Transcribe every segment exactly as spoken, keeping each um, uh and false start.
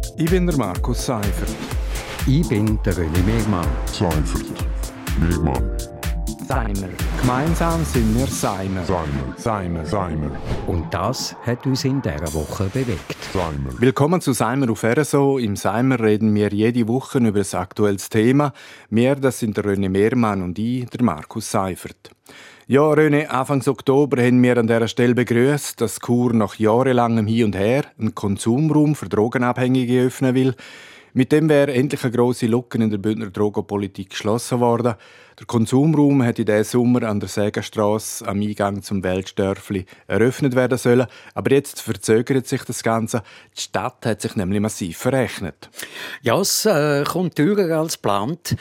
Ich bin der Markus Seifert. Ich bin der René Megmann. Seifert. Megmann. Seimer. Gemeinsam sind wir Seimer. Seimer. Seimer. Seimer. Und das hat uns in dieser Woche bewegt. Seimer. Willkommen zu Seimer auf R S O. Im Seimer reden wir jede Woche über ein aktuelles Thema. Wir, das sind der René Megmann und ich, der Markus Seifert. Ja, René, Anfang Oktober haben wir an dieser Stelle begrüßt, dass Chur nach jahrelangem Hin und Her einen Konsumraum für Drogenabhängige öffnen will. Mit dem wäre endlich eine grosse Lücke in der Bündner Drogenpolitik geschlossen worden. Der Konsumraum hätte in diesem Sommer an der Sägenstrasse am Eingang zum Weltstörfli eröffnet werden sollen. Aber jetzt verzögert sich das Ganze. Die Stadt hat sich nämlich massiv verrechnet. Ja, es äh, kommt teurer als geplant.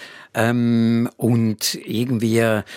Ähm, und irgendwie,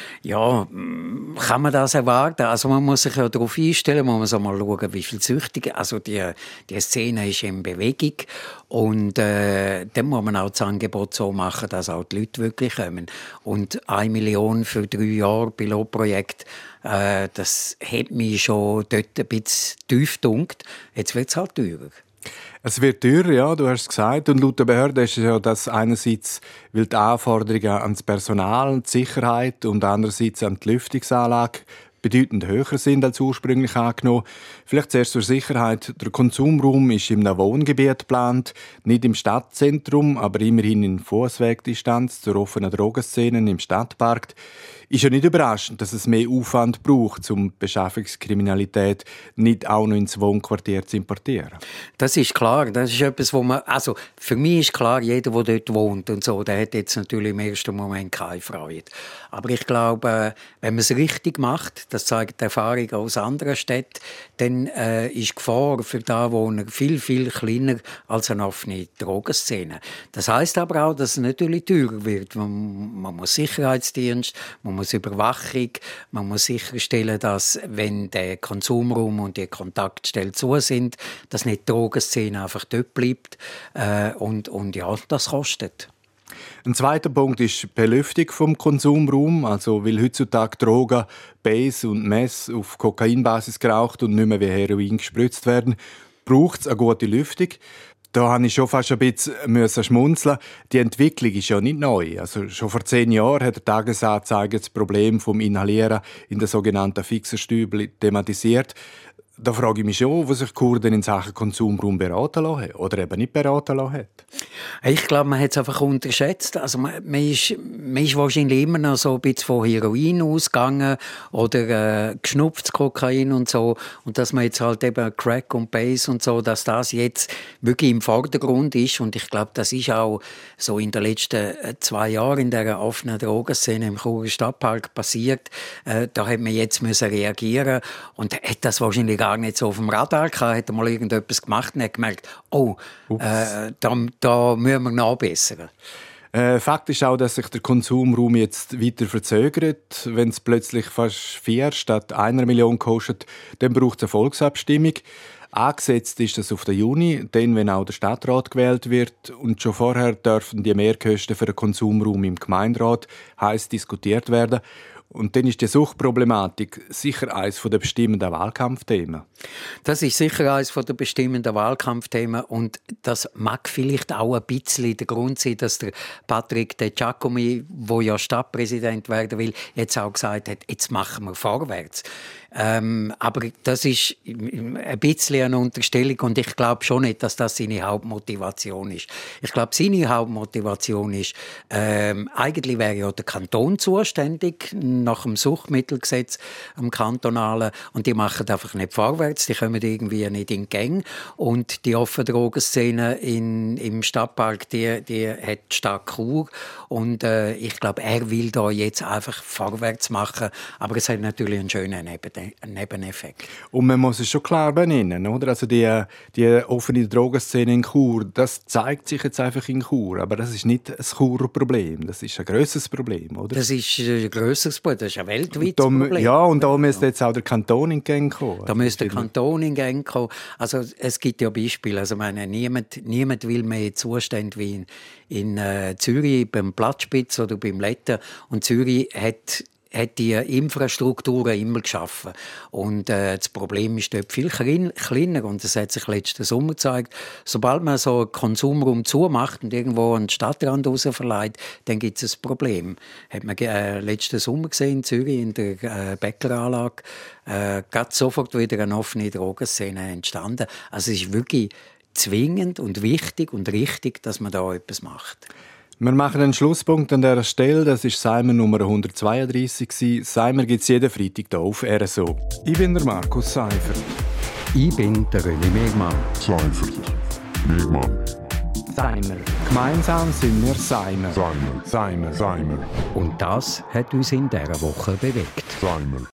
ja, kann man das erwarten? Also man muss sich ja darauf einstellen, man muss auch mal schauen, wie viel Süchtige. Also die, die Szene ist in Bewegung. Und äh, dann muss man auch das Angebot so machen, dass auch die Leute wirklich kommen. Und eine Million für drei Jahre Pilotprojekt, äh, das hat mich schon dort ein bisschen tief gedunkt. Jetzt wird es halt teurer. Es wird teurer, ja, du hast es gesagt. Und laut der Behörde ist es ja, dass einerseits weil die Anforderungen an das Personal, die Sicherheit und andererseits an die Lüftungsanlage bedeutend höher sind als ursprünglich angenommen. Vielleicht zuerst zur Sicherheit. Der Konsumraum ist in einem Wohngebiet geplant, nicht im Stadtzentrum, aber immerhin in Fusswegdistanz zur offenen Drogenszene im Stadtpark. Ist ja nicht überraschend, dass es mehr Aufwand braucht, um Beschaffungskriminalität nicht auch noch ins Wohnquartier zu importieren. Das ist klar. Das ist etwas, wo man, also für mich ist klar, jeder, der dort wohnt und so, der hat jetzt natürlich im ersten Moment keine Freude. Aber ich glaube, wenn man es richtig macht, das zeigt die Erfahrung aus anderen Städten, dann äh, ist die Gefahr für die Anwohner viel, viel kleiner als eine offene Drogenszene. Das heisst aber auch, dass es natürlich teurer wird. Man, man muss Sicherheitsdienst, man muss Überwachung, man muss sicherstellen, dass, wenn der Konsumraum und die Kontaktstellen zu sind, dass nicht die Drogenszene einfach dort bleibt. Äh, und, und ja, das kostet. Ein zweiter Punkt ist die Belüftung vom Konsumraum. Also, weil heutzutage Drogen, Base und Mess auf Kokainbasis geraucht und nicht mehr wie Heroin gespritzt werden, braucht es eine gute Lüftung. Da musste ich schon fast ein bisschen schmunzeln. Die Entwicklung ist ja nicht neu. Also schon vor zehn Jahren hat der Tagesanzeiger das Problem vom Inhalieren in den sogenannten Fixerstübli thematisiert. Da frage ich mich schon, wo sich Kurden in Sachen Konsumraum beraten lassen hat oder eben nicht beraten lassen hat. Ich glaube, man hat es einfach unterschätzt. Also man, man, ist, man ist wahrscheinlich immer noch so ein bisschen von Heroin ausgegangen oder äh, geschnupftes Kokain und so. Und dass man jetzt halt eben Crack und Base und so, dass das jetzt wirklich im Vordergrund ist. Und ich glaube, das ist auch so in den letzten zwei Jahren in dieser offenen Drogenszene im Churer Stadtpark passiert. Äh, da hat man jetzt müssen reagieren und hat das wahrscheinlich gar nicht so auf dem Radar gehabt, hat mal irgendetwas gemacht und hat gemerkt, oh, äh, da, da müssen wir nachbessern. Äh, Fakt ist auch, dass sich der Konsumraum jetzt weiter verzögert. Wenn es plötzlich fast vier statt einer Million kostet, dann braucht es eine Volksabstimmung. Angesetzt ist das auf den Juni, dann, wenn auch der Stadtrat gewählt wird. Und schon vorher dürfen die Mehrkosten für den Konsumraum im Gemeinderat heiß diskutiert werden. Und dann ist die Suchtproblematik sicher eines der bestimmenden Wahlkampfthemen. Das ist sicher eines der bestimmenden Wahlkampfthemen. Und das mag vielleicht auch ein bisschen der Grund sein, dass der Patrick De Giacomi, der ja Stadtpräsident werden will, jetzt auch gesagt hat, jetzt machen wir vorwärts. Ähm, aber das ist ein bisschen eine Unterstellung und ich glaube schon nicht, dass das seine Hauptmotivation ist. Ich glaube, seine Hauptmotivation ist, ähm, eigentlich wäre ja der Kanton zuständig nach dem Suchtmittelgesetz, am kantonalen, und die machen einfach nicht vorwärts, die kommen irgendwie nicht in die Gänge und die offene Drogenszene in, im Stadtpark, die, die hat stark Chur und äh, ich glaube, er will da jetzt einfach vorwärts machen, aber es hat natürlich einen schönen Nebeneffekt. Ein Nebeneffekt. Und man muss es schon klar benennen, oder? Also die, die offene Drogenszene in Chur, das zeigt sich jetzt einfach in Chur, aber das ist nicht ein Churer Problem, das ist ein grösseres Problem, oder? Das ist ein grösseres Problem, das ist ein weltweites da, Problem. Ja, und da müsste jetzt auch der Kanton in die Gänge kommen. Da müsste der Kanton in die Gänge kommen. Also es gibt ja Beispiele, also meine, niemand, niemand will mehr Zustände wie in, in äh, Zürich beim Platzspitz oder beim Letten und Zürich hat hat die Infrastrukturen immer geschaffen. Und äh, das Problem ist dort viel klein, kleiner. Und das hat sich letzten Sommer gezeigt. Sobald man so einen Konsumraum zumacht und irgendwo an den Stadtrand raus verleiht, dann gibt es ein Problem. Hat man äh, letzten Sommer gesehen in Zürich in der äh, Bäckeranlage. Äh, gerade sofort wieder eine offene Drogenszene entstanden. Also es ist wirklich zwingend und wichtig und richtig, dass man da etwas macht. Wir machen einen Schlusspunkt an dieser Stelle. Das war Seimer Nummer hundertzweiunddreissig. Seimer gibt es jeden Freitag hier auf R S O. Ich bin der Markus Seifert. Ich bin der René Megmann. Seifert. Megmann. Seimer. Gemeinsam sind wir Seimer. Seimer. Seimer. Seimer. Und das hat uns in dieser Woche bewegt. Seimer.